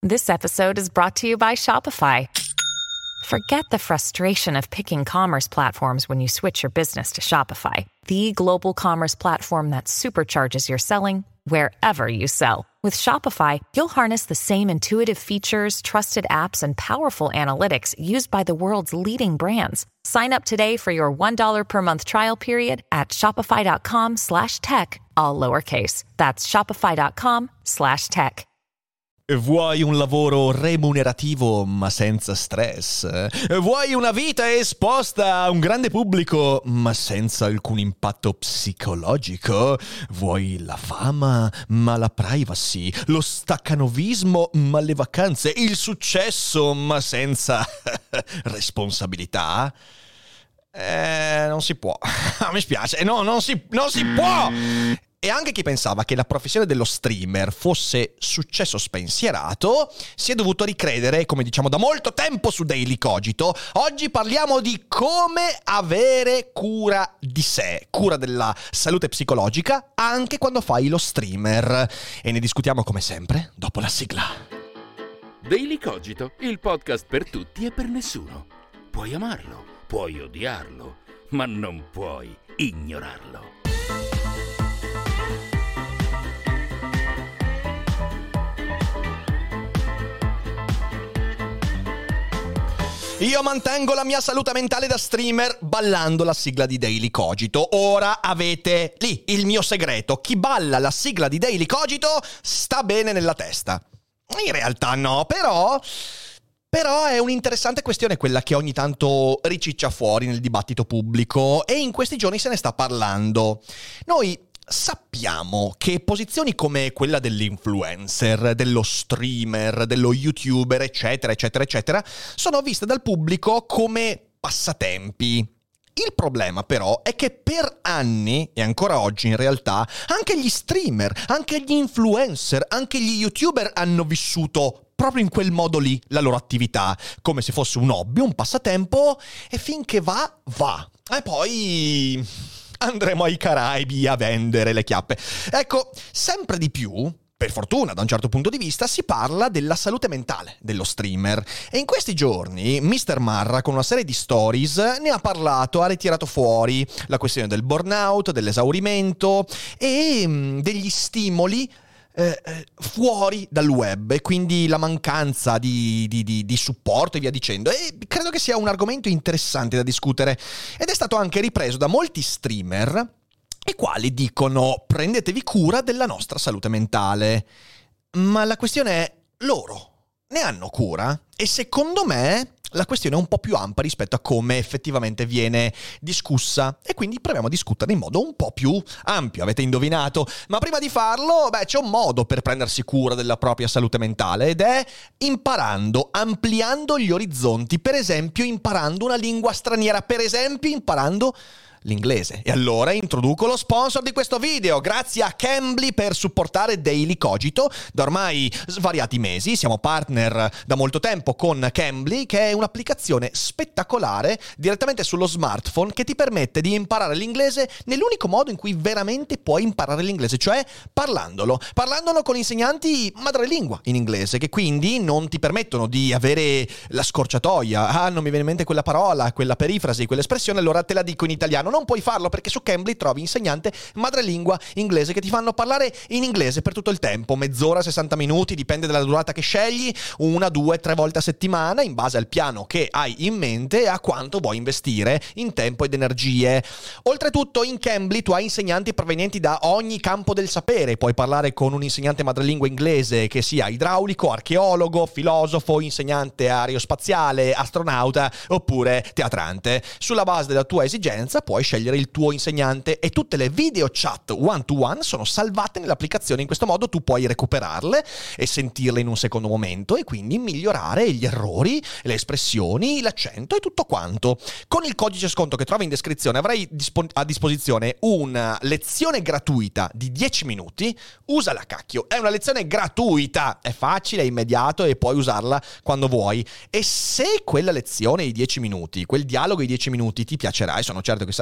This episode is brought to you by Shopify. Forget the frustration of picking commerce platforms when you switch your business to Shopify, the global commerce platform that supercharges your selling wherever you sell. With Shopify, you'll harness the same intuitive features, trusted apps, and powerful analytics used by the world's leading brands. Sign up today for your $1 per month trial period at shopify.com/tech, all lowercase. That's shopify.com/tech. Vuoi un lavoro remunerativo ma senza stress? Vuoi una vita esposta a un grande pubblico ma senza alcun impatto psicologico? Vuoi la fama ma la privacy? Lo staccanovismo ma le vacanze? Il successo ma senza responsabilità? Non si può. Mi spiace. No, non si può! E anche chi pensava che la professione dello streamer fosse successo spensierato si è dovuto ricredere, come diciamo da molto tempo su Daily Cogito. Oggi parliamo di come avere cura di sé, cura della salute psicologica, anche quando fai lo streamer. E ne discutiamo come sempre dopo la sigla. Daily Cogito, il podcast per tutti e per nessuno. Puoi amarlo, puoi odiarlo, ma non puoi ignorarlo. Io mantengo la mia salute mentale da streamer ballando la sigla di Daily Cogito. Ora avete lì il mio segreto. Chi balla la sigla di Daily Cogito sta bene nella testa. In realtà no, però è un'interessante questione quella che ogni tanto riciccia fuori nel dibattito pubblico e in questi giorni se ne sta parlando. Noi sappiamo che posizioni come quella dell'influencer, dello streamer, dello youtuber, eccetera, eccetera, eccetera, sono viste dal pubblico come passatempi. Il problema però è che per anni, e ancora oggi in realtà, anche gli streamer, anche gli influencer, anche gli youtuber hanno vissuto proprio in quel modo lì la loro attività, come se fosse un hobby, un passatempo, e finché va. E poi andremo ai Caraibi a vendere le chiappe. Ecco, sempre di più, per fortuna da un certo punto di vista, si parla della salute mentale dello streamer. E in questi giorni Mr. Marra, con una serie di stories, ne ha parlato, ha ritirato fuori la questione del burnout, dell'esaurimento e degli stimoli fuori dal web, e quindi la mancanza di supporto e via dicendo. E credo che sia un argomento interessante da discutere ed è stato anche ripreso da molti streamer, i quali dicono: prendetevi cura della nostra salute mentale. Ma la questione è: loro ne hanno cura? E secondo me la questione è un po' più ampia rispetto a come effettivamente viene discussa, e quindi proviamo a discutere in modo un po' più ampio. Avete indovinato? Ma prima di farlo, c'è un modo per prendersi cura della propria salute mentale, ed è imparando, ampliando gli orizzonti, per esempio imparando una lingua straniera, per esempio imparando l'inglese. E allora introduco lo sponsor di questo video. Grazie a Cambly per supportare Daily Cogito. Da ormai svariati mesi siamo partner da molto tempo con Cambly, che è un'applicazione spettacolare direttamente sullo smartphone che ti permette di imparare l'inglese nell'unico modo in cui veramente puoi imparare l'inglese, cioè parlandolo con insegnanti madrelingua in inglese, che quindi non ti permettono di avere la scorciatoia. Non mi viene in mente quella parola, quella perifrasi, quell'espressione, allora te la dico in italiano. Non puoi farlo perché su Cambly trovi insegnante madrelingua inglese che ti fanno parlare in inglese per tutto il tempo, mezz'ora, 60 minuti, dipende dalla durata che scegli, 1, 2, 3 volte a settimana, in base al piano che hai in mente e a quanto vuoi investire in tempo ed energie. Oltretutto in Cambly tu hai insegnanti provenienti da ogni campo del sapere. Puoi parlare con un insegnante madrelingua inglese che sia idraulico, archeologo, filosofo, insegnante aerospaziale, astronauta oppure teatrante. Sulla base della tua esigenza puoi scegliere il tuo insegnante e tutte le video chat one to one sono salvate nell'applicazione. In questo modo tu puoi recuperarle e sentirle in un secondo momento e quindi migliorare gli errori, le espressioni, l'accento e tutto quanto. Con il codice sconto che trovi in descrizione avrai a disposizione una lezione gratuita di 10 minuti. Usala, cacchio, è una lezione gratuita, è facile, è immediato e puoi usarla quando vuoi. E se quella lezione di 10 minuti, quel dialogo di 10 minuti ti piacerà, e sono certo che sarà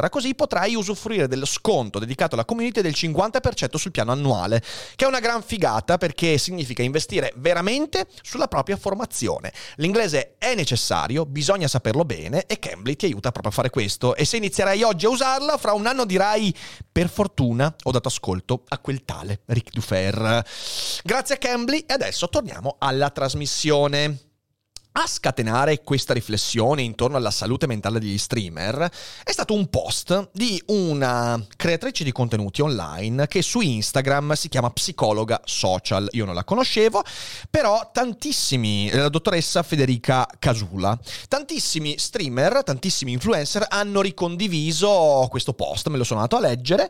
influencer. Così potrai usufruire dello sconto dedicato alla community del 50% sul piano annuale, che è una gran figata perché significa investire veramente sulla propria formazione. L'inglese è necessario, bisogna saperlo bene e Cambly ti aiuta proprio a fare questo. E se inizierai oggi a usarla, fra un anno dirai: per fortuna ho dato ascolto a quel tale Ric Dufer. Grazie a Cambly, e adesso torniamo alla trasmissione. A scatenare questa riflessione intorno alla salute mentale degli streamer è stato un post di una creatrice di contenuti online che su Instagram si chiama Psicologa Social. Io non la conoscevo, però la dottoressa Federica Casula, tantissimi streamer, tantissimi influencer hanno ricondiviso questo post, me lo sono andato a leggere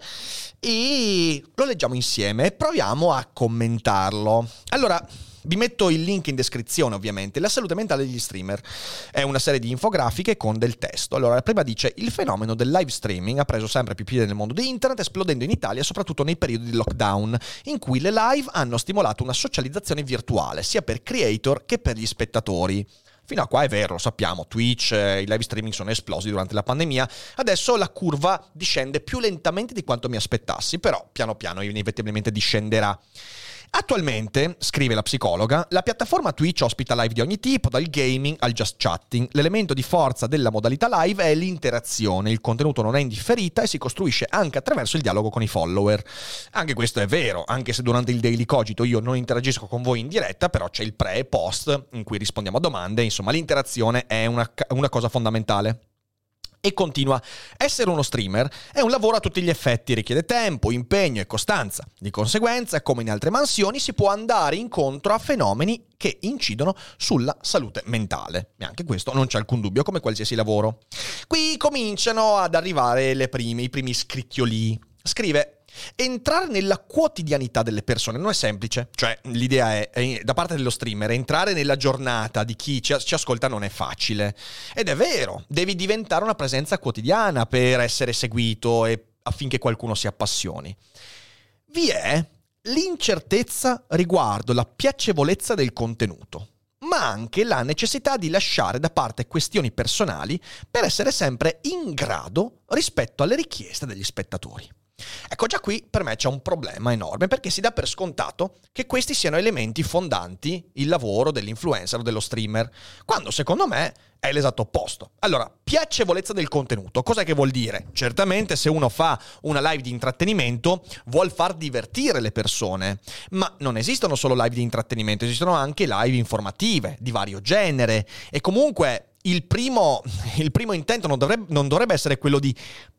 e lo leggiamo insieme e proviamo a commentarlo. Allora, vi metto il link in descrizione, ovviamente. La salute mentale degli streamer è una serie di infografiche con del testo. Allora, la prima dice: il fenomeno del live streaming ha preso sempre più piede nel mondo di internet, esplodendo in Italia soprattutto nei periodi di lockdown, in cui le live hanno stimolato una socializzazione virtuale, sia per creator che per gli spettatori. Fino a qua è vero, lo sappiamo, Twitch, i live streaming sono esplosi durante la pandemia, adesso la curva discende più lentamente di quanto mi aspettassi, però piano piano inevitabilmente discenderà. Attualmente, scrive la psicologa, la piattaforma Twitch ospita live di ogni tipo, dal gaming al just chatting. L'elemento di forza della modalità live è l'interazione, il contenuto non è in differita e si costruisce anche attraverso il dialogo con i follower. Anche questo è vero, anche se durante il Daily Cogito io non interagisco con voi in diretta, però c'è il pre e post in cui rispondiamo a domande, insomma l'interazione è una cosa fondamentale. E continua: essere uno streamer è un lavoro a tutti gli effetti, richiede tempo, impegno e costanza. Di conseguenza, come in altre mansioni, si può andare incontro a fenomeni che incidono sulla salute mentale. E anche questo non c'è alcun dubbio, come qualsiasi lavoro. Qui cominciano ad arrivare i primi scricchioli. Scrive: entrare nella quotidianità delle persone non è semplice, cioè l'idea è da parte dello streamer, entrare nella giornata di chi ci ascolta non è facile, ed è vero, devi diventare una presenza quotidiana per essere seguito e affinché qualcuno si appassioni. Vi è l'incertezza riguardo la piacevolezza del contenuto, ma anche la necessità di lasciare da parte questioni personali per essere sempre in grado rispetto alle richieste degli spettatori. Ecco, già qui per me c'è un problema enorme, perché si dà per scontato che questi siano elementi fondanti il lavoro dell'influencer o dello streamer, quando secondo me è l'esatto opposto. Allora, piacevolezza del contenuto, cos'è che vuol dire? Certamente se uno fa una live di intrattenimento vuol far divertire le persone, ma non esistono solo live di intrattenimento, esistono anche live informative di vario genere, e comunque il primo intento non dovrebbe essere quello di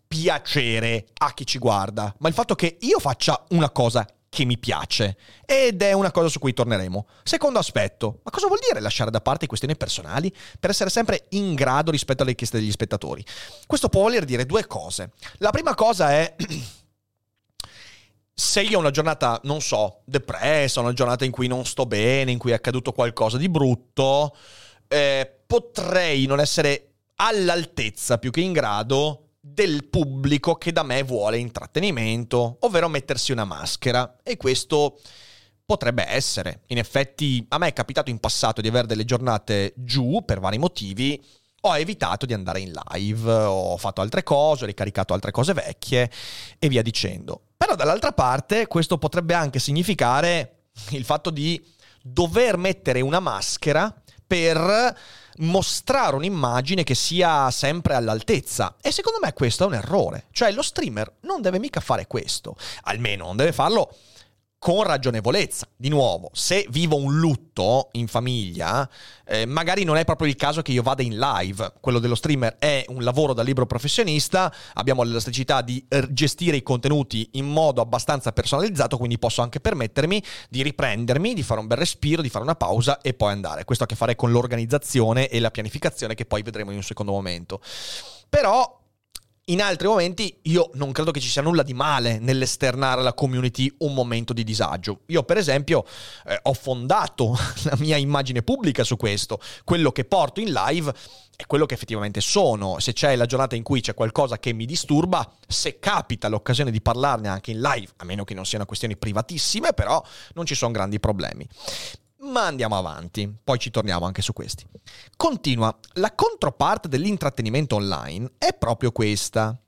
piacere a chi ci guarda, ma il fatto che io faccia una cosa che mi piace, ed è una cosa su cui torneremo. Secondo aspetto, ma cosa vuol dire lasciare da parte questioni personali per essere sempre in grado rispetto alle richieste degli spettatori? Questo può voler dire due cose. La prima cosa è: se io ho una giornata, non so, depressa, una giornata in cui non sto bene, in cui è accaduto qualcosa di brutto, potrei non essere all'altezza, più che in grado, del pubblico che da me vuole intrattenimento, ovvero mettersi una maschera. E questo potrebbe essere. In effetti a me è capitato in passato di avere delle giornate giù per vari motivi, ho evitato di andare in live, ho fatto altre cose, ho ricaricato altre cose vecchie e via dicendo. Però dall'altra parte questo potrebbe anche significare il fatto di dover mettere una maschera per mostrare un'immagine che sia sempre all'altezza, e secondo me questo è un errore. Cioè lo streamer non deve mica fare questo, almeno non deve farlo con ragionevolezza. Di nuovo, se vivo un lutto in famiglia, magari non è proprio il caso che io vada in live. Quello dello streamer è un lavoro da libero professionista, abbiamo l'elasticità di gestire i contenuti in modo abbastanza personalizzato, quindi posso anche permettermi di riprendermi, di fare un bel respiro, di fare una pausa e poi andare. Questo ha a che fare con l'organizzazione e la pianificazione, che poi vedremo in un secondo momento. Però in altri momenti io non credo che ci sia nulla di male nell'esternare alla community un momento di disagio. Io per esempio ho fondato la mia immagine pubblica su questo. Quello che porto in live è quello che effettivamente sono. Se c'è la giornata in cui c'è qualcosa che mi disturba, se capita l'occasione di parlarne anche in live, a meno che non siano questioni privatissime, però non ci sono grandi problemi. Ma andiamo avanti, poi ci torniamo anche su questi. Continua: la controparte dell'intrattenimento online è proprio questa.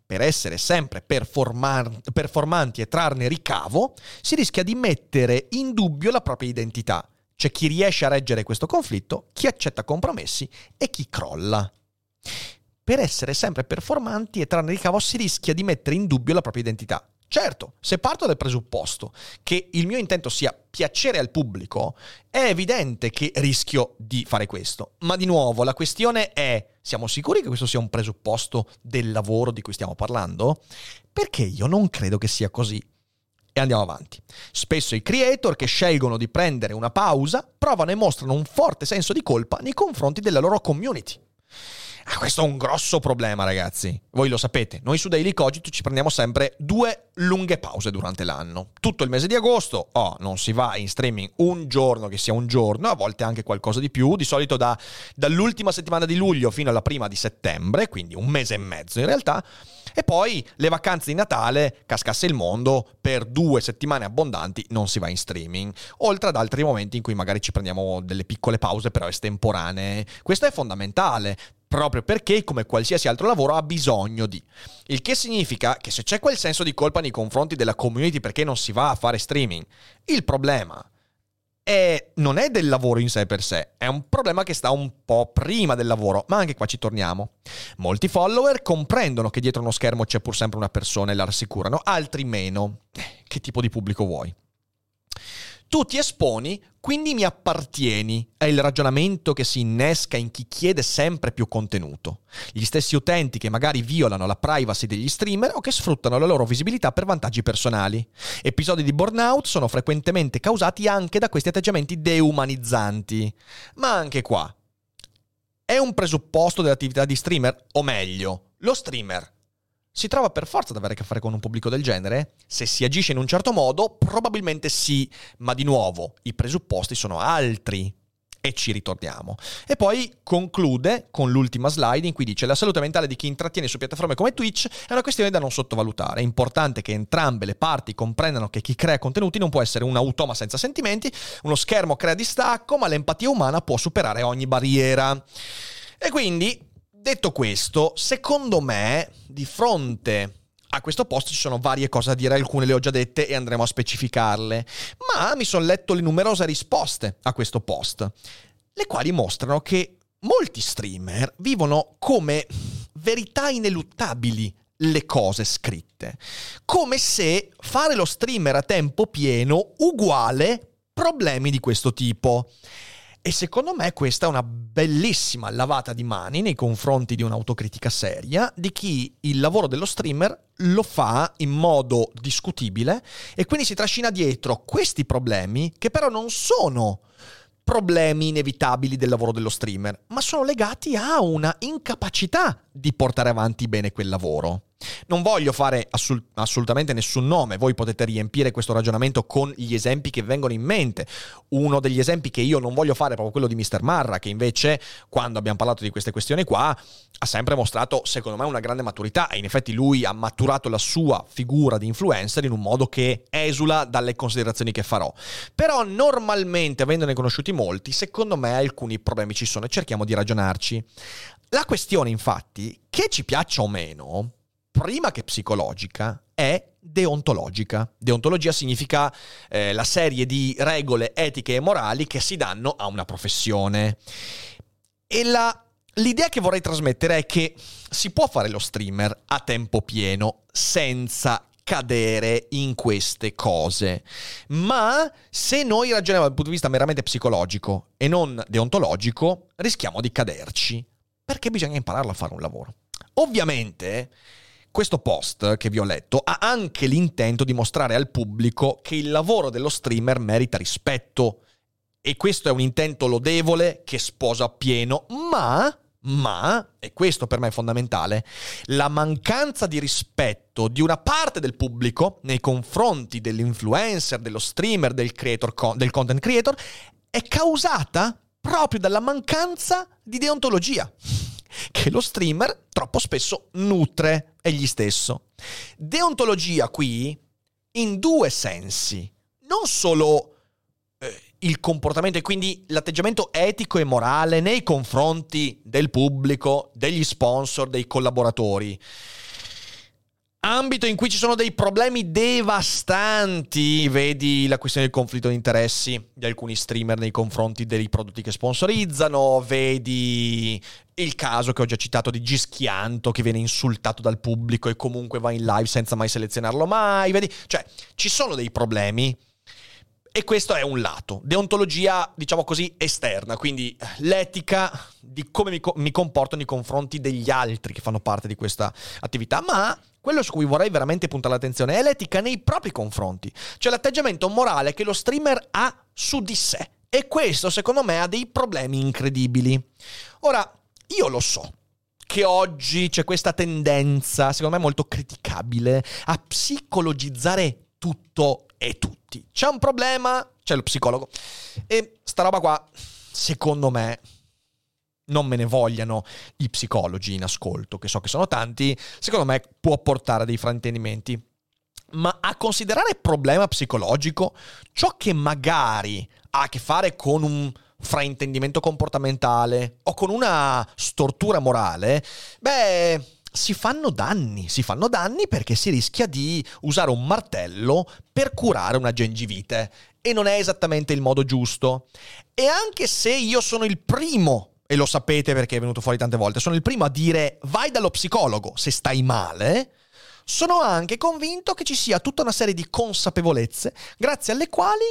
per essere sempre performanti e trarne ricavo, si rischia di mettere in dubbio la propria identità. C'è chi riesce a reggere questo conflitto, chi accetta compromessi e chi crolla. Per essere sempre performanti e trarne ricavo si rischia di mettere in dubbio la propria identità. Certo, se parto dal presupposto che il mio intento sia piacere al pubblico, è evidente che rischio di fare questo. Ma di nuovo, la questione è: siamo sicuri che questo sia un presupposto del lavoro di cui stiamo parlando? Perché io non credo che sia così. E andiamo avanti. Spesso i creator che scelgono di prendere una pausa provano e mostrano un forte senso di colpa nei confronti della loro community. Questo è un grosso problema, ragazzi. Voi lo sapete, noi su Daily Cogito ci prendiamo sempre 2 lunghe pause durante l'anno. Tutto il mese di agosto, non si va in streaming un giorno che sia un giorno, a volte anche qualcosa di più, di solito dall'ultima settimana di luglio fino alla prima di settembre, quindi un mese e mezzo in realtà. E poi le vacanze di Natale, cascasse il mondo, per 2 settimane abbondanti non si va in streaming, oltre ad altri momenti in cui magari ci prendiamo delle piccole pause però estemporanee. Questo è fondamentale, proprio perché, come qualsiasi altro lavoro, ha bisogno di. Il che significa che se c'è quel senso di colpa nei confronti della community perché non si va a fare streaming, il problema non è del lavoro in sé per sé, è un problema che sta un po' prima del lavoro, ma anche qua ci torniamo. Molti follower comprendono che dietro uno schermo c'è pur sempre una persona e la rassicurano, altri meno. Che tipo di pubblico vuoi? Tu ti esponi, quindi mi appartieni, è il ragionamento che si innesca in chi chiede sempre più contenuto. Gli stessi utenti che magari violano la privacy degli streamer o che sfruttano la loro visibilità per vantaggi personali. Episodi di burnout sono frequentemente causati anche da questi atteggiamenti deumanizzanti. Ma anche qua, è un presupposto dell'attività di streamer? O meglio, lo streamer si trova per forza ad avere a che fare con un pubblico del genere? Se si agisce in un certo modo, probabilmente sì, ma di nuovo, i presupposti sono altri. E ci ritorniamo. E poi conclude con l'ultima slide in cui dice: la salute mentale di chi intrattiene su piattaforme come Twitch è una questione da non sottovalutare. È importante che entrambe le parti comprendano che chi crea contenuti non può essere un automa senza sentimenti, uno schermo crea distacco, ma l'empatia umana può superare ogni barriera. E quindi, detto questo, secondo me, di fronte a questo post ci sono varie cose da dire, alcune le ho già dette e andremo a specificarle, ma mi sono letto le numerose risposte a questo post, le quali mostrano che molti streamer vivono come verità ineluttabili le cose scritte, come se fare lo streamer a tempo pieno uguale problemi di questo tipo. E secondo me questa è una bellissima lavata di mani nei confronti di un'autocritica seria di chi il lavoro dello streamer lo fa in modo discutibile e quindi si trascina dietro questi problemi che però non sono problemi inevitabili del lavoro dello streamer, ma sono legati a una incapacità di portare avanti bene quel lavoro. Non voglio fare assolutamente nessun nome, voi potete riempire questo ragionamento con gli esempi che vengono in mente. Uno degli esempi che io non voglio fare è proprio quello di Mr. Marra, che invece, quando abbiamo parlato di queste questioni qua, ha sempre mostrato, secondo me, una grande maturità, e in effetti lui ha maturato la sua figura di influencer in un modo che esula dalle considerazioni che farò. Però normalmente, avendone conosciuti molti, secondo me alcuni problemi ci sono e cerchiamo di ragionarci. La questione, infatti, che ci piaccia o meno, prima che psicologica, è deontologica. Deontologia significa la serie di regole etiche e morali che si danno a una professione. E l'idea che vorrei trasmettere è che si può fare lo streamer a tempo pieno senza cadere in queste cose, ma se noi ragioniamo dal punto di vista meramente psicologico e non deontologico, rischiamo di caderci, perché bisogna impararlo a fare un lavoro. Ovviamente questo post che vi ho letto ha anche l'intento di mostrare al pubblico che il lavoro dello streamer merita rispetto, e questo è un intento lodevole che sposo appieno, ma, e questo per me è fondamentale, la mancanza di rispetto di una parte del pubblico nei confronti dell'influencer, dello streamer, del content creator è causata proprio dalla mancanza di deontologia che lo streamer troppo spesso nutre egli stesso. Deontologia qui in 2 sensi, non solo il comportamento e quindi l'atteggiamento etico e morale nei confronti del pubblico, degli sponsor, dei collaboratori, Ambito in cui ci sono dei problemi devastanti, vedi la questione del conflitto di interessi di alcuni streamer nei confronti dei prodotti che sponsorizzano, vedi il caso che ho già citato di Gischianto che viene insultato dal pubblico e comunque va in live senza mai selezionarlo mai, vedi? Cioè, ci sono dei problemi e questo è un lato. Deontologia, diciamo così, esterna, quindi l'etica di come mi comporto nei confronti degli altri che fanno parte di questa attività, ma quello su cui vorrei veramente puntare l'attenzione è l'etica nei propri confronti, cioè l'atteggiamento morale che lo streamer ha su di sé. E questo, secondo me, ha dei problemi incredibili. Ora, io lo so che oggi c'è questa tendenza, secondo me molto criticabile, a psicologizzare tutto e tutti. C'è un problema, c'è lo psicologo. E sta roba qua, secondo me, non me ne vogliano i psicologi in ascolto, che so che sono tanti, secondo me può portare a dei fraintendimenti. Ma a considerare problema psicologico ciò che magari ha a che fare con un fraintendimento comportamentale o con una stortura morale, si fanno danni perché si rischia di usare un martello per curare una gengivite e non è esattamente il modo giusto. E anche se io sono il primo, e lo sapete perché è venuto fuori tante volte, sono il primo a dire vai dallo psicologo se stai male, sono anche convinto che ci sia tutta una serie di consapevolezze grazie alle quali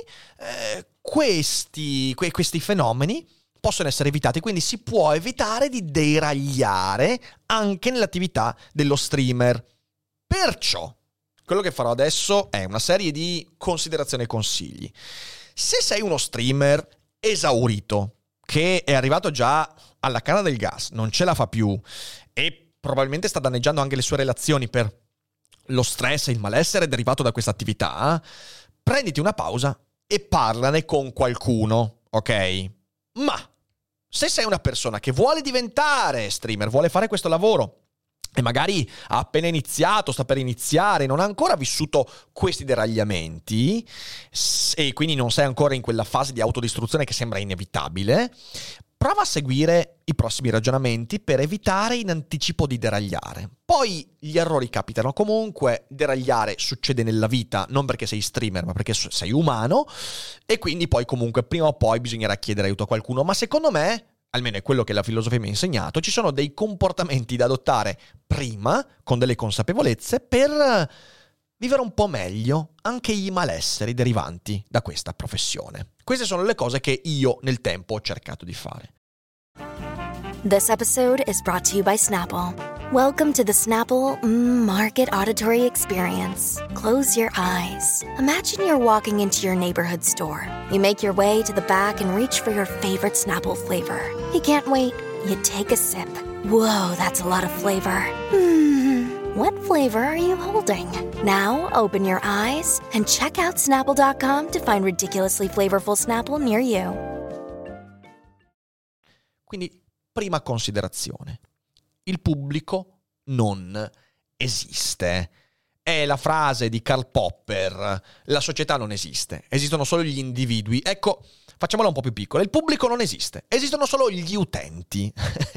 questi fenomeni possono essere evitati, quindi si può evitare di deragliare anche nell'attività dello streamer. Perciò, quello che farò adesso è una serie di considerazioni e consigli. Se sei uno streamer esaurito, che è arrivato già alla canna del gas, non ce la fa più e probabilmente sta danneggiando anche le sue relazioni per lo stress e il malessere derivato da questa attività, prenditi una pausa e parlane con qualcuno, ok? Ma se sei una persona che vuole diventare streamer, vuole fare questo lavoro e magari ha appena iniziato, sta per iniziare, non ha ancora vissuto questi deragliamenti e quindi non sei ancora in quella fase di autodistruzione che sembra inevitabile, prova a seguire i prossimi ragionamenti per evitare in anticipo di deragliare. Poi gli errori capitano comunque, deragliare succede nella vita, non perché sei streamer, ma perché sei umano, e quindi poi comunque prima o poi bisognerà chiedere aiuto a qualcuno. Ma secondo me, almeno è quello che la filosofia mi ha insegnato, ci sono dei comportamenti da adottare prima, con delle consapevolezze, per vivere un po' meglio anche i malesseri derivanti da questa professione. Queste sono le cose che io nel tempo ho cercato di fare. This episode is brought to you by Snapple. Welcome to the Snapple Market Auditory Experience. Close your eyes. Imagine you're walking into your neighborhood store. You make your way to the back and reach for your favorite Snapple flavor. You can't wait. You take a sip. Whoa, that's a lot of flavor. What flavor are you holding? Now open your eyes and check out Snapple.com to find ridiculously flavorful Snapple near you. Quindi, prima considerazione. Il pubblico non esiste. È la frase di Karl Popper. La società non esiste. Esistono solo gli individui. Ecco, facciamola un po' più piccola. Il pubblico non esiste. Esistono solo gli utenti.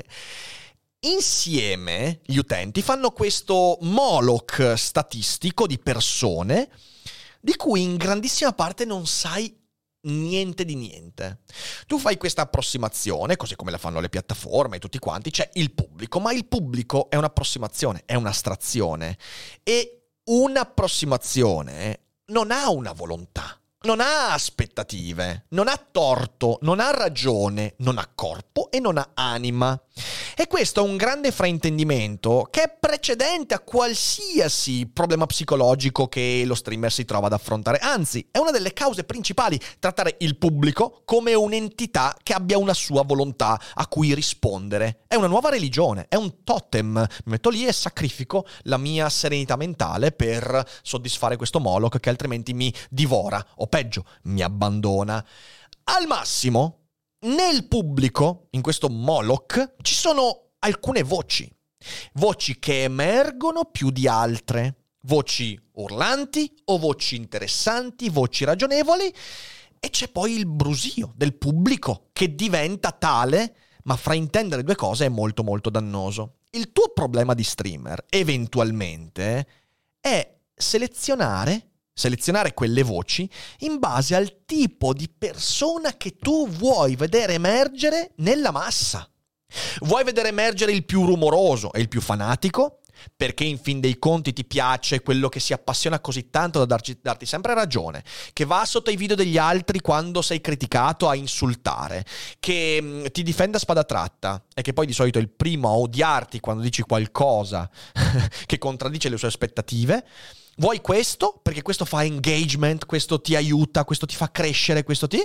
Insieme gli utenti fanno questo moloch statistico di persone di cui in grandissima parte non sai niente di niente. Tu fai questa approssimazione, così come la fanno le piattaforme e tutti quanti, c'è il pubblico, ma il pubblico è un'approssimazione, è un'astrazione e un'approssimazione non ha una volontà, non ha aspettative, non ha torto, non ha ragione, non ha corpo e non ha anima. E questo è un grande fraintendimento che è precedente a qualsiasi problema psicologico che lo streamer si trova ad affrontare. Anzi, è una delle cause principali trattare il pubblico come un'entità che abbia una sua volontà a cui rispondere. È una nuova religione, è un totem. Mi metto lì e sacrifico la mia serenità mentale per soddisfare questo moloch che altrimenti mi divora o peggio, mi abbandona. Al massimo, nel pubblico, in questo moloch, ci sono alcune voci che emergono più di altre, voci urlanti o voci interessanti, voci ragionevoli, e c'è poi il brusio del pubblico che diventa tale, ma fraintendere due cose è molto molto dannoso. Il tuo problema di streamer, eventualmente, è selezionare quelle voci in base al tipo di persona che tu vuoi vedere emergere nella massa. Vuoi vedere emergere il più rumoroso e il più fanatico? Perché in fin dei conti ti piace quello che si appassiona così tanto da darti sempre ragione, che va sotto i video degli altri quando sei criticato a insultare, che ti difende a spada tratta e che poi di solito è il primo a odiarti quando dici qualcosa che contraddice le sue aspettative. Vuoi questo? Perché questo fa engagement, questo ti aiuta, questo ti fa crescere,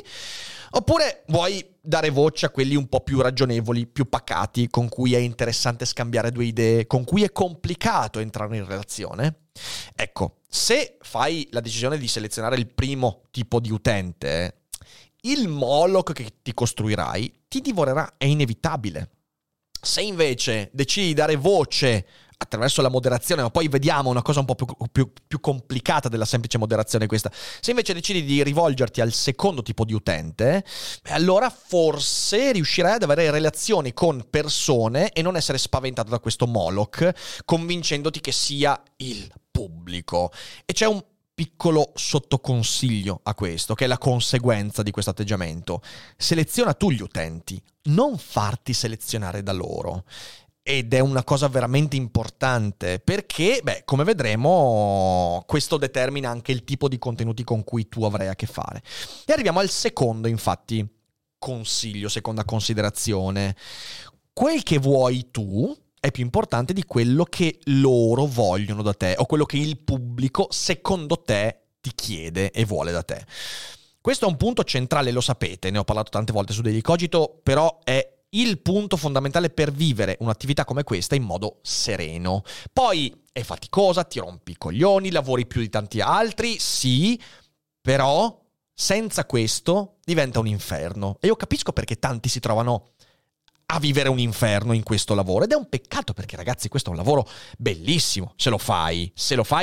Oppure vuoi dare voce a quelli un po' più ragionevoli, più pacati, con cui è interessante scambiare due idee, con cui è complicato entrare in relazione? Ecco, se fai la decisione di selezionare il primo tipo di utente, il Moloch che ti costruirai ti divorerà, è inevitabile. Se invece decidi di dare voce attraverso la moderazione, ma poi vediamo una cosa un po' più complicata della semplice moderazione questa. Se invece decidi di rivolgerti al secondo tipo di utente, allora forse riuscirai ad avere relazioni con persone e non essere spaventato da questo Moloch, convincendoti che sia il pubblico. E c'è un piccolo sottoconsiglio a questo, che è la conseguenza di questo atteggiamento. Seleziona tu gli utenti, non farti selezionare da loro. Ed è una cosa veramente importante perché, come vedremo, questo determina anche il tipo di contenuti con cui tu avrai a che fare. E arriviamo al secondo, infatti, consiglio, seconda considerazione. Quel che vuoi tu è più importante di quello che loro vogliono da te o quello che il pubblico, secondo te, ti chiede e vuole da te. Questo è un punto centrale, lo sapete, ne ho parlato tante volte su Daily Cogito, però è il punto fondamentale per vivere un'attività come questa in modo sereno. Poi è faticosa, ti rompi i coglioni, lavori più di tanti altri, sì, però senza questo diventa un inferno. E io capisco perché tanti si trovano a vivere un inferno in questo lavoro. Ed è un peccato perché, ragazzi, questo è un lavoro bellissimo. Se lo fai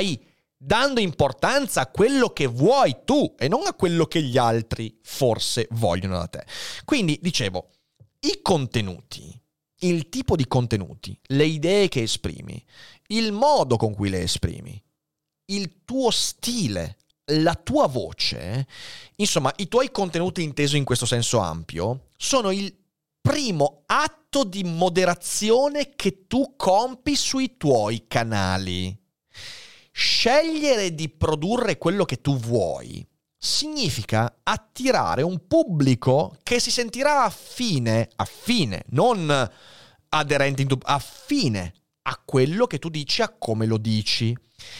dando importanza a quello che vuoi tu e non a quello che gli altri forse vogliono da te. Quindi, dicevo, i contenuti, il tipo di contenuti, le idee che esprimi, il modo con cui le esprimi, il tuo stile, la tua voce, insomma, i tuoi contenuti inteso in questo senso ampio, sono il primo atto di moderazione che tu compi sui tuoi canali. Scegliere di produrre quello che tu vuoi significa attirare un pubblico che si sentirà affine, non aderente, affine a quello che tu dici, a come lo dici.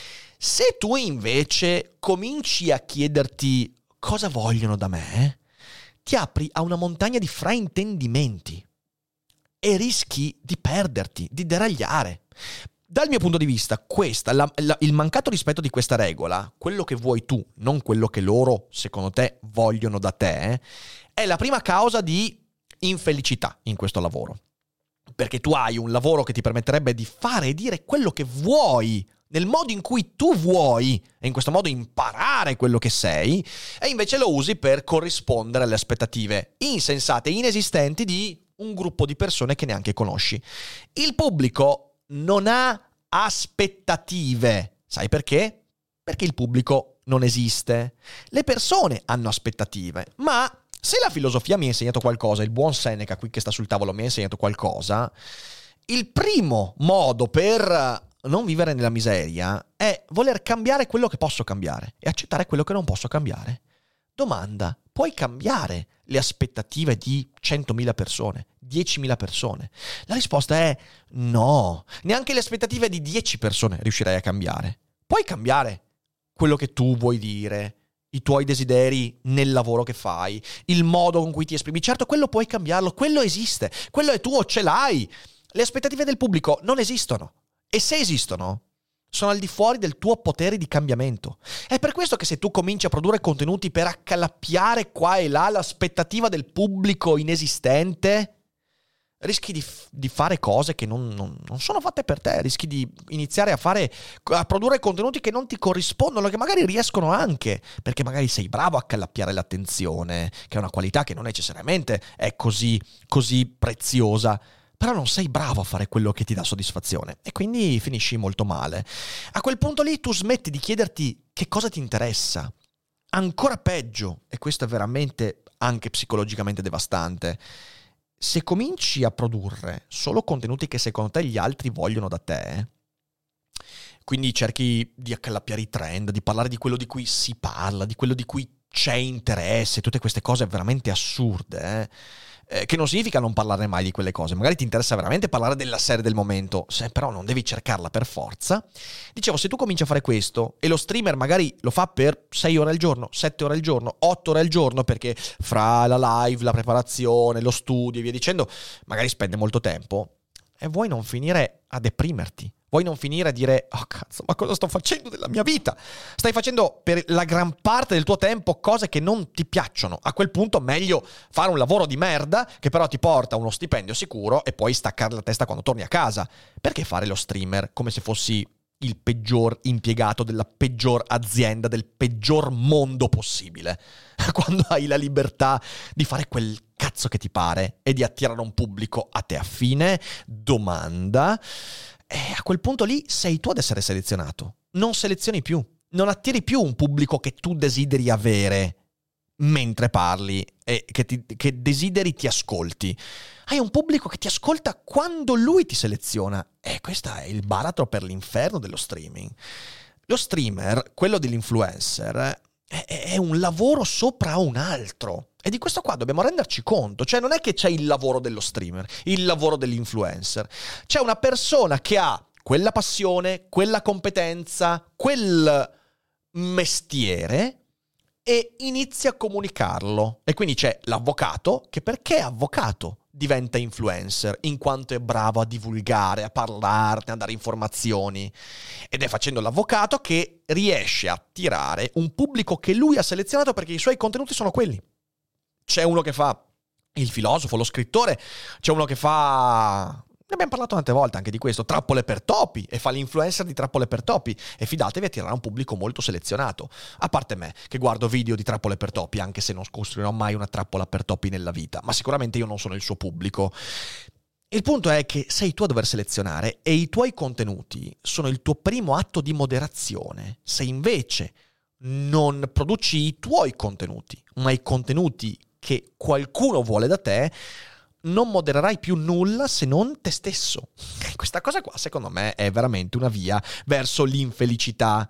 Se tu invece cominci a chiederti cosa vogliono da me, ti apri a una montagna di fraintendimenti e rischi di perderti, di deragliare. Dal mio punto di vista, il mancato rispetto di questa regola, quello che vuoi tu, non quello che loro, secondo te, vogliono da te, è la prima causa di infelicità in questo lavoro. Perché tu hai un lavoro che ti permetterebbe di fare e dire quello che vuoi, nel modo in cui tu vuoi, e in questo modo imparare quello che sei, e invece lo usi per corrispondere alle aspettative insensate, inesistenti di un gruppo di persone che neanche conosci. Il pubblico non ha aspettative. Sai perché? Perché il pubblico non esiste. Le persone hanno aspettative, ma se la filosofia mi ha insegnato qualcosa, il buon Seneca qui che sta sul tavolo mi ha insegnato qualcosa, il primo modo per non vivere nella miseria è voler cambiare quello che posso cambiare e accettare quello che non posso cambiare. Domanda: puoi cambiare le aspettative di 100.000 persone, 10.000 persone? La risposta è no. Neanche le aspettative di 10 persone riuscirai a cambiare. Puoi cambiare quello che tu vuoi dire, i tuoi desideri nel lavoro che fai, il modo con cui ti esprimi. Certo, quello puoi cambiarlo, quello esiste, quello è tuo, ce l'hai. Le aspettative del pubblico non esistono. E se esistono, sono al di fuori del tuo potere di cambiamento. È per questo che se tu cominci a produrre contenuti per accalappiare qua e là l'aspettativa del pubblico inesistente, rischi di fare cose che non sono fatte per te. Rischi di iniziare a produrre contenuti che non ti corrispondono, che magari riescono anche, perché magari sei bravo a accalappiare l'attenzione, che è una qualità che non necessariamente è così preziosa. però non sei bravo a fare quello che ti dà soddisfazione e quindi finisci molto male. A quel punto lì tu smetti di chiederti che cosa ti interessa. Ancora peggio, e questo è veramente anche psicologicamente devastante, se cominci a produrre solo contenuti che secondo te gli altri vogliono da te, quindi cerchi di accalappiare i trend, di parlare di quello di cui si parla, di quello di cui c'è interesse, tutte queste cose veramente assurde, che non significa non parlarne mai di quelle cose. Magari ti interessa veramente parlare della serie del momento, però non devi cercarla per forza. Dicevo, se tu cominci a fare questo e lo streamer magari lo fa per 6 ore al giorno, 7 ore al giorno, 8 ore al giorno, perché fra la live, la preparazione, lo studio e via dicendo, magari spende molto tempo, e vuoi non finire a deprimerti. Vuoi non finire a dire, oh cazzo, ma cosa sto facendo della mia vita? Stai facendo per la gran parte del tuo tempo cose che non ti piacciono. A quel punto meglio fare un lavoro di merda che però ti porta uno stipendio sicuro e puoi staccare la testa quando torni a casa. Perché fare lo streamer come se fossi il peggior impiegato della peggior azienda, del peggior mondo possibile? Quando hai la libertà di fare quel cazzo che ti pare e di attirare un pubblico a te affine? Domanda. E a quel punto lì sei tu ad essere selezionato. Non selezioni più. Non attiri più un pubblico che tu desideri avere mentre parli e che desideri ti ascolti. Hai un pubblico che ti ascolta quando lui ti seleziona. E questo è il baratro per l'inferno dello streaming. Lo streamer, quello dell'influencer, è un lavoro sopra un altro. E di questo qua dobbiamo renderci conto. Cioè non è che c'è il lavoro dello streamer, il lavoro dell'influencer. C'è una persona che ha quella passione, quella competenza, quel mestiere e inizia a comunicarlo. E quindi c'è l'avvocato che, perché è avvocato, diventa influencer in quanto è bravo a divulgare, a parlarne, a dare informazioni. Ed è facendo l'avvocato che riesce a attirare un pubblico che lui ha selezionato perché i suoi contenuti sono quelli. C'è uno che fa il filosofo, lo scrittore, c'è uno che fa... Ne abbiamo parlato tante volte anche di questo, trappole per topi, e fa l'influencer di trappole per topi, e fidatevi, attirerà un pubblico molto selezionato. A parte me, che guardo video di trappole per topi, anche se non costruirò mai una trappola per topi nella vita, ma sicuramente io non sono il suo pubblico. Il punto è che sei tu a dover selezionare, e i tuoi contenuti sono il tuo primo atto di moderazione. Se invece non produci i tuoi contenuti, ma i contenuti che qualcuno vuole da te, non modererai più nulla se non te stesso. Questa cosa qua, secondo me, è veramente una via verso l'infelicità.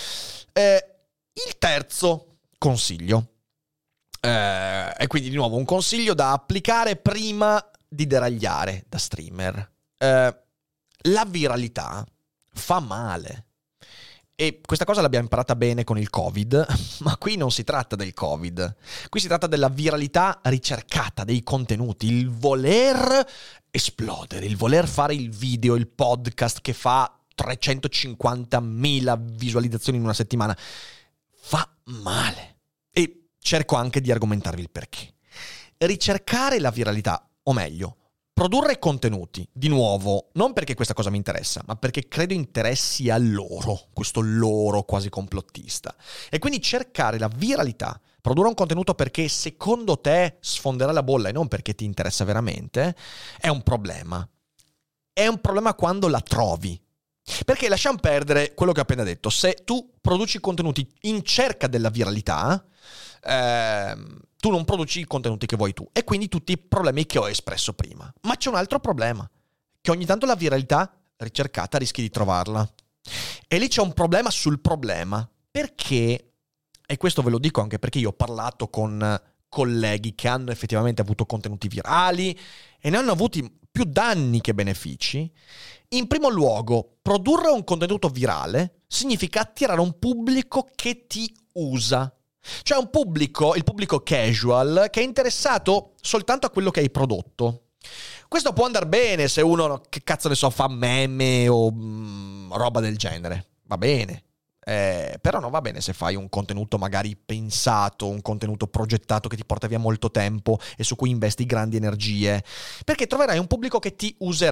Il terzo consiglio, e quindi di nuovo un consiglio da applicare prima di deragliare da streamer. La viralità fa male. E questa cosa l'abbiamo imparata bene con il Covid, ma qui non si tratta del Covid. Qui si tratta della viralità ricercata, dei contenuti, il voler esplodere, il voler fare il video, il podcast che fa 350.000 visualizzazioni in una settimana. Fa male. E cerco anche di argomentarvi il perché. Ricercare la viralità, o meglio, produrre contenuti, di nuovo, non perché questa cosa mi interessa, ma perché credo interessi a loro, questo loro quasi complottista. E quindi cercare la viralità, produrre un contenuto perché secondo te sfonderà la bolla e non perché ti interessa veramente, è un problema. È un problema quando la trovi. Perché lasciamo perdere quello che ho appena detto. Se tu produci contenuti in cerca della viralità, tu non produci i contenuti che vuoi tu, e quindi tutti i problemi che ho espresso prima. Ma c'è un altro problema, che ogni tanto la viralità ricercata rischi di trovarla, e lì c'è un problema sul problema, perché, e questo ve lo dico anche perché io ho parlato con colleghi che hanno effettivamente avuto contenuti virali e ne hanno avuti più danni che benefici. In primo luogo, produrre un contenuto virale significa attirare un pubblico che ti usa. Cioè il pubblico casual, che è interessato soltanto a quello che hai prodotto. Questo può andare bene se uno, che cazzo ne so, fa meme o roba del genere. Va bene. Però non va bene se fai un contenuto magari pensato, un contenuto progettato che ti porta via molto tempo e su cui investi grandi energie. Perché troverai un pubblico che ti userà.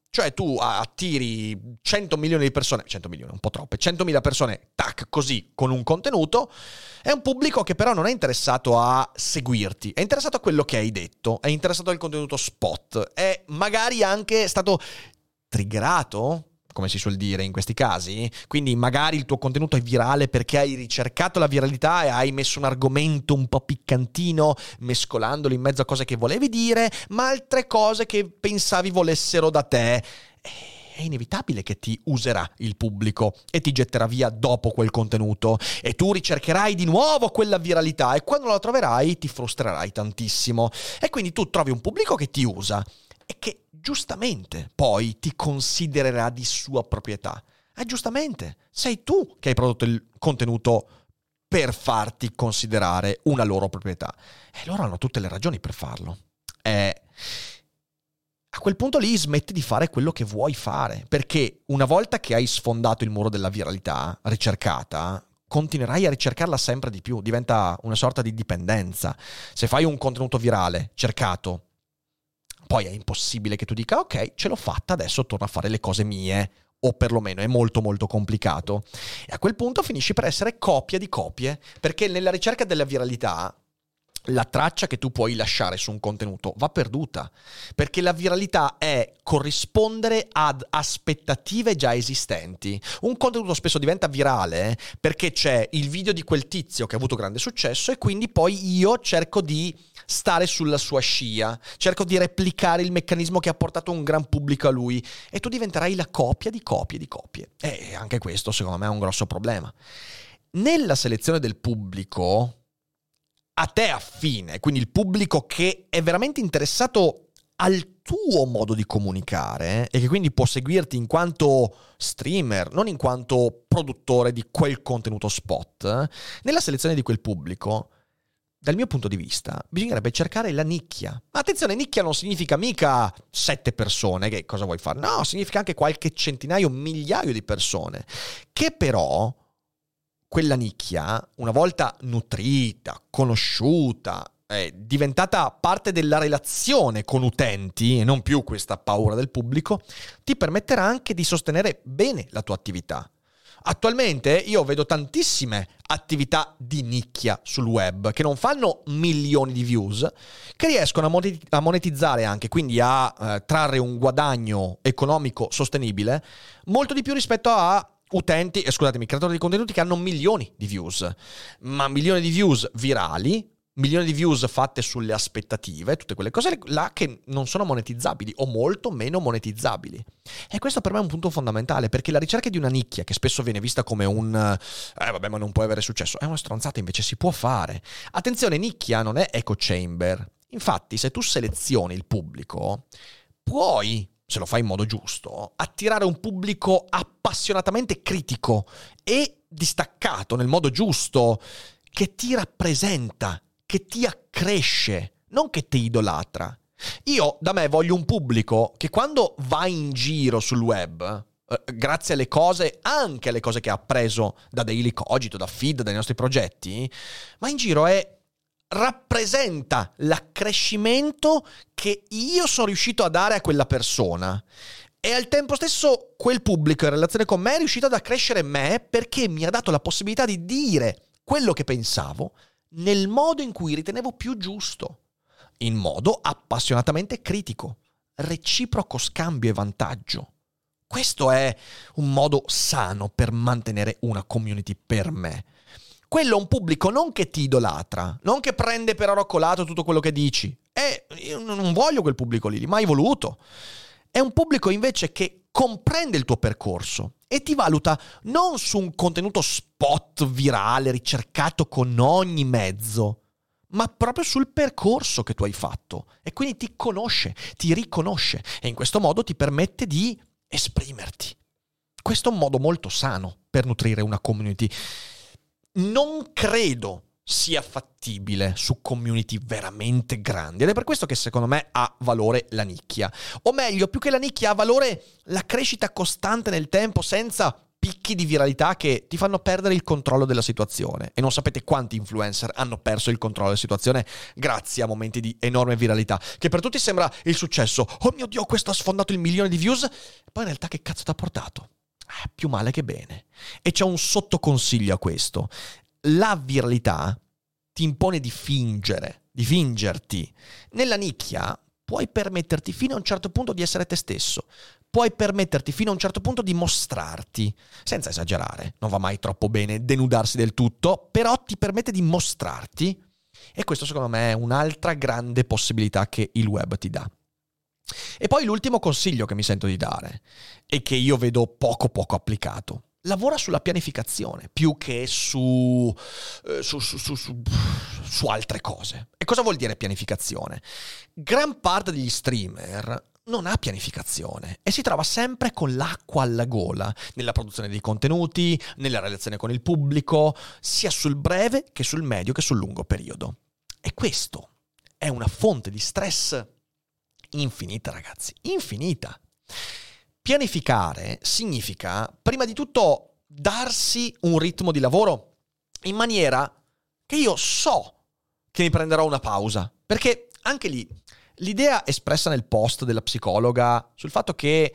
Cioè tu attiri 100 milioni di persone, 100 milioni, un po' troppe, 100.000 persone, tac, così, con un contenuto. È un pubblico che però non è interessato a seguirti, è interessato a quello che hai detto, è interessato al contenuto spot, è magari anche stato triggerato, come si suol dire in questi casi, quindi magari il tuo contenuto è virale perché hai ricercato la viralità e hai messo un argomento un po' piccantino, mescolandolo in mezzo a cose che volevi dire, ma altre cose che pensavi volessero da te. È inevitabile che ti userà il pubblico e ti getterà via dopo quel contenuto e tu ricercherai di nuovo quella viralità e quando la troverai ti frustrerai tantissimo e quindi tu trovi un pubblico che ti usa e che giustamente poi ti considererà di sua proprietà. Giustamente, sei tu che hai prodotto il contenuto per farti considerare una loro proprietà. E loro hanno tutte le ragioni per farlo. A quel punto lì smetti di fare quello che vuoi fare, perché una volta che hai sfondato il muro della viralità ricercata, continuerai a ricercarla sempre di più, diventa una sorta di dipendenza. Se fai un contenuto virale, cercato, poi è impossibile che tu dica ok, ce l'ho fatta, adesso torno a fare le cose mie, o perlomeno è molto molto complicato. E a quel punto finisci per essere copia di copie, perché nella ricerca della viralità la traccia che tu puoi lasciare su un contenuto va perduta, perché la viralità è corrispondere ad aspettative già esistenti. Un contenuto spesso diventa virale perché c'è il video di quel tizio che ha avuto grande successo e quindi poi io cerco di stare sulla sua scia, cerco di replicare il meccanismo che ha portato un gran pubblico a lui e tu diventerai la copia di copie di copie. E anche questo secondo me è un grosso problema. Nella selezione del pubblico a te affine, quindi il pubblico che è veramente interessato al tuo modo di comunicare e che quindi può seguirti in quanto streamer, non in quanto produttore di quel contenuto spot, nella selezione di quel pubblico, dal mio punto di vista, bisognerebbe cercare la nicchia. Ma attenzione, nicchia non significa mica 7 persone, che cosa vuoi fare? No, significa anche qualche centinaio, migliaio di persone, che però quella nicchia, una volta nutrita, conosciuta, diventata parte della relazione con utenti e non più questa paura del pubblico, ti permetterà anche di sostenere bene la tua attività. Attualmente io vedo tantissime attività di nicchia sul web che non fanno milioni di views, che riescono a monetizzare anche, quindi a trarre un guadagno economico sostenibile molto di più rispetto a utenti, scusatemi, creatori di contenuti che hanno milioni di views, ma milioni di views virali, milioni di views fatte sulle aspettative, tutte quelle cose là che non sono monetizzabili o molto meno monetizzabili. E questo per me è un punto fondamentale, perché la ricerca di una nicchia, che spesso viene vista come un vabbè, ma non puoi avere successo, è una stronzata, invece si può fare. Attenzione, nicchia non è echo chamber. Infatti, se tu selezioni il pubblico, puoi, se lo fai in modo giusto, attirare un pubblico appassionatamente critico e distaccato nel modo giusto, che ti rappresenta, che ti accresce, non che ti idolatra. Io, da me, voglio un pubblico che quando va in giro sul web, grazie alle cose, anche alle cose che ha appreso da Daily Cogito, da Feed, dai nostri progetti, va in giro e rappresenta l'accrescimento che io sono riuscito a dare a quella persona e al tempo stesso quel pubblico in relazione con me è riuscito ad accrescere me perché mi ha dato la possibilità di dire quello che pensavo nel modo in cui ritenevo più giusto, in modo appassionatamente critico, reciproco scambio e vantaggio. Questo è un modo sano per mantenere una community per me. Quello è un pubblico non che ti idolatra, non che prende per oro colato tutto quello che dici. Io non voglio quel pubblico lì, mai voluto. È un pubblico invece che comprende il tuo percorso e ti valuta non su un contenuto spot virale ricercato con ogni mezzo, ma proprio sul percorso che tu hai fatto. E quindi ti conosce, ti riconosce e in questo modo ti permette di esprimerti. Questo è un modo molto sano per nutrire una community. Non credo sia fattibile su community veramente grandi ed è per questo che secondo me ha valore la nicchia. O meglio, più che la nicchia ha valore la crescita costante nel tempo senza picchi picchi di viralità che ti fanno perdere il controllo della situazione. E non sapete quanti influencer hanno perso il controllo della situazione grazie a momenti di enorme viralità, che per tutti sembra il successo. Oh mio Dio, questo ha sfondato il 1.000.000 di views. Poi in realtà che cazzo ti ha portato? Più male che bene. E c'è un sottoconsiglio a questo. La viralità ti impone di fingerti. Nella nicchia puoi permetterti fino a un certo punto di essere te stesso. Puoi permetterti fino a un certo punto di mostrarti, senza esagerare. Non va mai troppo bene denudarsi del tutto, però ti permette di mostrarti. E questo secondo me è un'altra grande possibilità che il web ti dà. E poi l'ultimo consiglio che mi sento di dare e che io vedo poco applicato. Lavora sulla pianificazione più che su altre cose. E cosa vuol dire pianificazione? Gran parte degli streamer non ha pianificazione e si trova sempre con l'acqua alla gola nella produzione dei contenuti, nella relazione con il pubblico, sia sul breve che sul medio che sul lungo periodo. E questo è una fonte di stress infinita, ragazzi, infinita. Pianificare significa, prima di tutto, darsi un ritmo di lavoro in maniera che io so che mi prenderò una pausa. Perché anche lì, l'idea espressa nel post della psicologa sul fatto che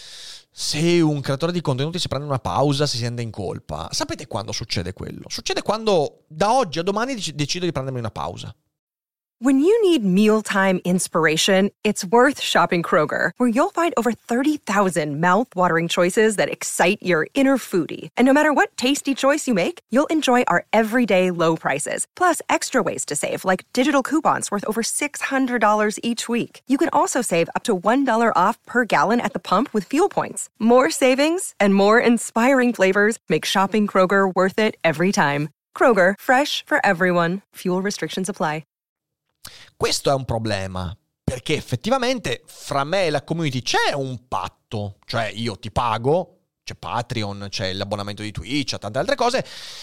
se un creatore di contenuti si prende una pausa si sente in colpa. Sapete quando succede quello? Succede quando da oggi a domani decido di prendermi una pausa. When you need mealtime inspiration, it's worth shopping Kroger, where you'll find over 30,000 mouth-watering choices that excite your inner foodie. And no matter what tasty choice you make, you'll enjoy our everyday low prices, plus extra ways to save, like digital coupons worth over $600 each week. You can also save up to $1 off per gallon at the pump with fuel points. More savings and more inspiring flavors make shopping Kroger worth it every time. Kroger, fresh for everyone. Fuel restrictions apply. Questo è un problema, perché effettivamente fra me e la community c'è un patto, cioè io ti pago, c'è Patreon, c'è l'abbonamento di Twitch, c'è tante altre cose.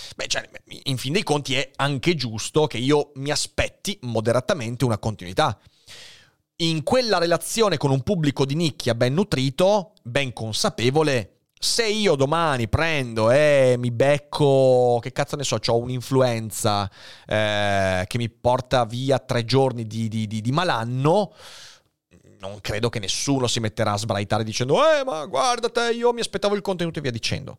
In fin dei conti è anche giusto che io mi aspetti moderatamente una continuità. In quella relazione con un pubblico di nicchia ben nutrito, ben consapevole, se io domani prendo e mi becco, che cazzo ne so, c'ho un'influenza che mi porta via 3 giorni di malanno, non credo che nessuno si metterà a sbraitare dicendo ma guarda te, io mi aspettavo il contenuto e via dicendo.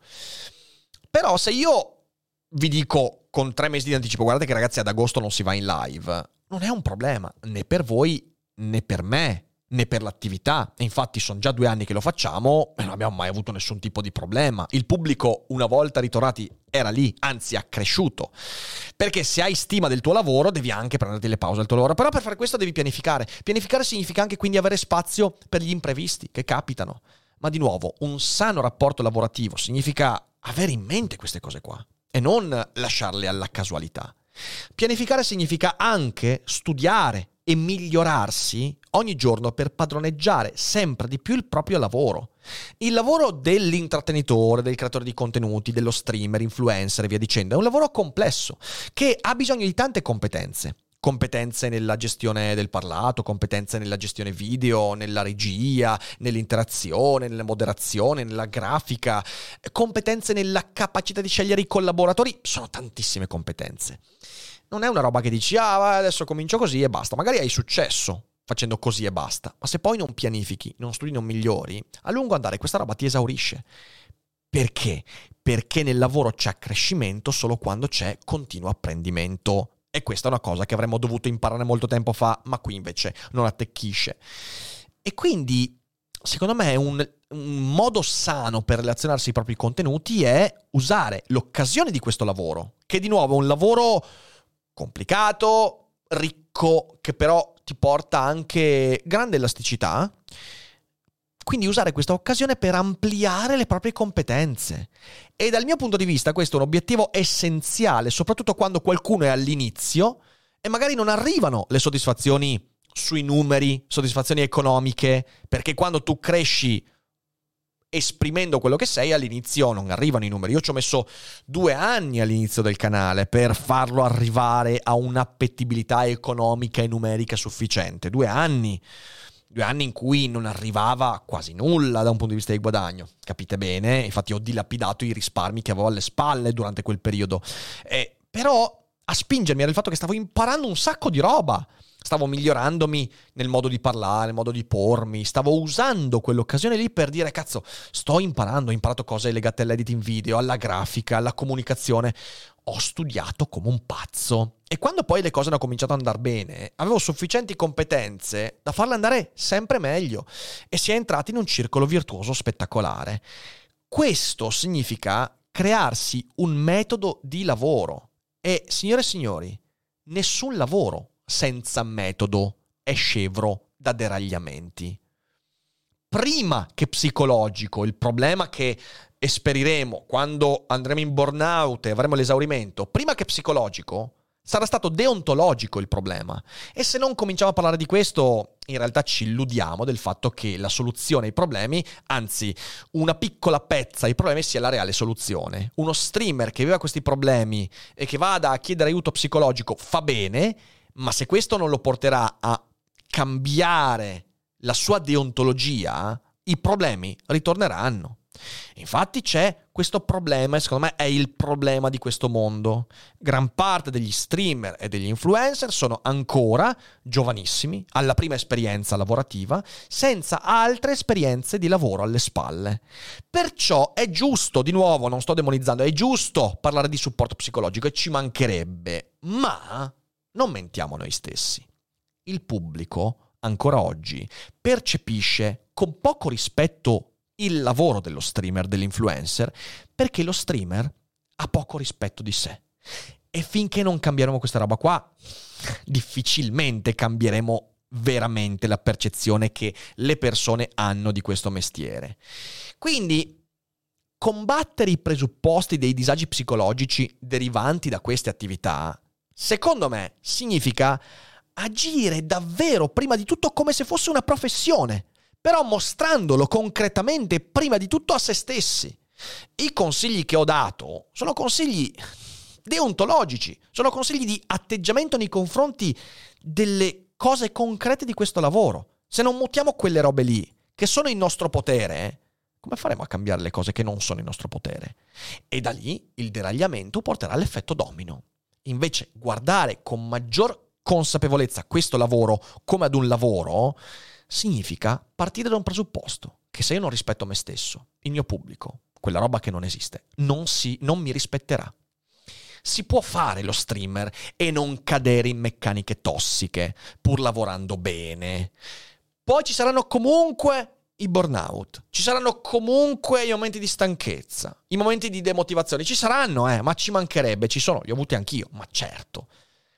Però se io vi dico con 3 mesi di anticipo, guardate che ragazzi ad agosto non si va in live, non è un problema né per voi né per me, né per l'attività. E infatti sono già 2 anni che lo facciamo e non abbiamo mai avuto nessun tipo di problema. Il pubblico, una volta ritornati, era lì, anzi ha cresciuto. Perché se hai stima del tuo lavoro devi anche prenderti le pause del tuo lavoro. Però per fare questo devi pianificare. Pianificare significa anche quindi avere spazio per gli imprevisti che capitano. Ma di nuovo, un sano rapporto lavorativo significa avere in mente queste cose qua e non lasciarle alla casualità. Pianificare significa anche studiare e migliorarsi ogni giorno per padroneggiare sempre di più il proprio lavoro. Il lavoro dell'intrattenitore, del creatore di contenuti, dello streamer, influencer e via dicendo, è un lavoro complesso che ha bisogno di tante competenze. Competenze nella gestione del parlato, competenze nella gestione video, nella regia, nell'interazione, nella moderazione, nella grafica, competenze nella capacità di scegliere i collaboratori. Sono tantissime competenze. Non è una roba che dici, adesso comincio così e basta. Magari hai successo facendo così e basta. Ma se poi non pianifichi, non studi, non migliori, a lungo andare questa roba ti esaurisce. Perché? Perché nel lavoro c'è accrescimento solo quando c'è continuo apprendimento. E questa è una cosa che avremmo dovuto imparare molto tempo fa, ma qui invece non attecchisce. E quindi, secondo me, un modo sano per relazionarsi ai propri contenuti è usare l'occasione di questo lavoro, che di nuovo è un lavoro complicato, ricco, che però ti porta anche grande elasticità. Quindi usare questa occasione per ampliare le proprie competenze. E dal mio punto di vista questo è un obiettivo essenziale, soprattutto quando qualcuno è all'inizio e magari non arrivano le soddisfazioni sui numeri, soddisfazioni economiche, perché quando tu cresci esprimendo quello che sei, all'inizio non arrivano i numeri. Io ci ho messo 2 anni all'inizio del canale per farlo arrivare a un'appetibilità economica e numerica sufficiente. 2 anni. 2 anni in cui non arrivava quasi nulla da un punto di vista di guadagno, capite bene? Infatti ho dilapidato i risparmi che avevo alle spalle durante quel periodo. Però a spingermi era il fatto che stavo imparando un sacco di roba. Stavo migliorandomi nel modo di parlare, nel modo di pormi, stavo usando quell'occasione lì per dire cazzo, sto imparando, ho imparato cose legate all'editing video, alla grafica, alla comunicazione. Ho studiato come un pazzo e quando poi le cose hanno cominciato ad andare bene, avevo sufficienti competenze da farle andare sempre meglio e si è entrati in un circolo virtuoso spettacolare. Questo significa crearsi un metodo di lavoro e, signore e signori, nessun lavoro senza metodo è scevro da deragliamenti. Prima che psicologico, il problema che esperiremo quando andremo in burnout e avremo l'esaurimento, prima che psicologico, sarà stato deontologico il problema. E se non cominciamo a parlare di questo, in realtà ci illudiamo del fatto che la soluzione ai problemi, anzi, una piccola pezza ai problemi sia la reale soluzione. Uno streamer che aveva questi problemi e che vada a chiedere aiuto psicologico fa bene, ma se questo non lo porterà a cambiare la sua deontologia, i problemi ritorneranno. Infatti c'è questo problema e secondo me è il problema di questo mondo. Gran parte degli streamer e degli influencer sono ancora giovanissimi, alla prima esperienza lavorativa, senza altre esperienze di lavoro alle spalle. Perciò è giusto, di nuovo, non sto demonizzando, è giusto parlare di supporto psicologico e ci mancherebbe, ma non mentiamo noi stessi. Il pubblico, ancora oggi, percepisce con poco rispetto il lavoro dello streamer, dell'influencer, perché lo streamer ha poco rispetto di sé. E finché non cambieremo questa roba qua, difficilmente cambieremo veramente la percezione che le persone hanno di questo mestiere. Quindi combattere i presupposti dei disagi psicologici derivanti da queste attività, secondo me, significa agire davvero prima di tutto come se fosse una professione, però mostrandolo concretamente prima di tutto a se stessi. I consigli che ho dato sono consigli deontologici, sono consigli di atteggiamento nei confronti delle cose concrete di questo lavoro. Se non mutiamo quelle robe lì, che sono in nostro potere, come faremo a cambiare le cose che non sono in nostro potere? E da lì il deragliamento porterà all'effetto domino. Invece guardare con maggior consapevolezza questo lavoro come ad un lavoro significa partire da un presupposto, che se io non rispetto me stesso, il mio pubblico, quella roba che non esiste, non mi rispetterà. Si può fare lo streamer e non cadere in meccaniche tossiche, pur lavorando bene. Poi ci saranno comunque i burnout, ci saranno comunque i momenti di stanchezza, i momenti di demotivazione, ci saranno, ma ci mancherebbe, ci sono, li ho avuti anch'io, ma certo.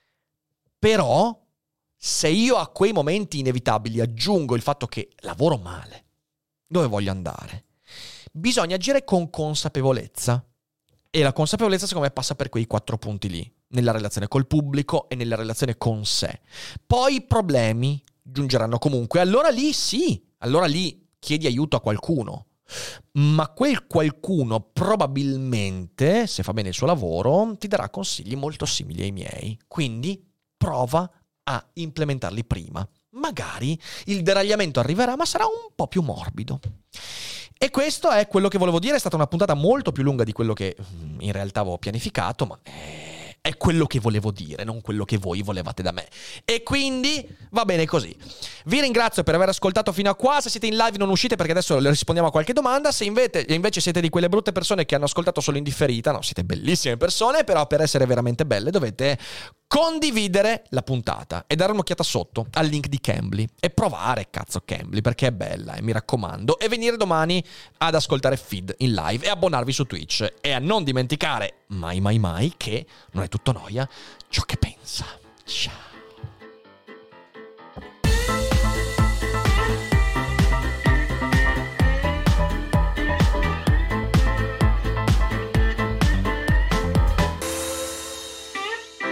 Però se io a quei momenti inevitabili aggiungo il fatto che lavoro male, dove voglio andare? Bisogna agire con consapevolezza. E la consapevolezza secondo me passa per quei 4 punti lì, nella relazione col pubblico e nella relazione con sé. Poi i problemi giungeranno comunque, allora lì sì, allora lì chiedi aiuto a qualcuno. Ma quel qualcuno probabilmente, se fa bene il suo lavoro, ti darà consigli molto simili ai miei. Quindi prova a implementarli prima. Magari il deragliamento arriverà, ma sarà un po' più morbido. E questo è quello che volevo dire. È stata una puntata molto più lunga di quello che in realtà avevo pianificato, ma è quello che volevo dire, non quello che voi volevate da me. E quindi va bene così. Vi ringrazio per aver ascoltato fino a qua. Se siete in live non uscite perché adesso le rispondiamo a qualche domanda. Se invece siete di quelle brutte persone che hanno ascoltato solo in differita, no, siete bellissime persone, però per essere veramente belle dovete condividere la puntata e dare un'occhiata sotto al link di Cambly e provare Cambly perché è bella mi raccomando, e venire domani ad ascoltare Feed in live e abbonarvi su Twitch e a non dimenticare mai che non è tutto noia ciò che pensa. Ciao.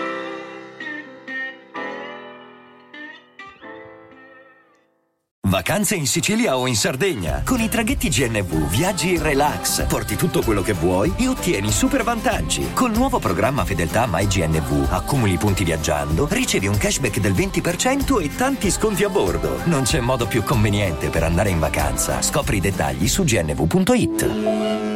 Vacanze vacanze in Sicilia o in Sardegna. Con i traghetti GNV viaggi in relax, porti tutto quello che vuoi e ottieni super vantaggi. Col nuovo programma Fedeltà MyGNV accumuli punti viaggiando, ricevi un cashback del 20% e tanti sconti a bordo. Non c'è modo più conveniente per andare in vacanza. Scopri i dettagli su gnv.it.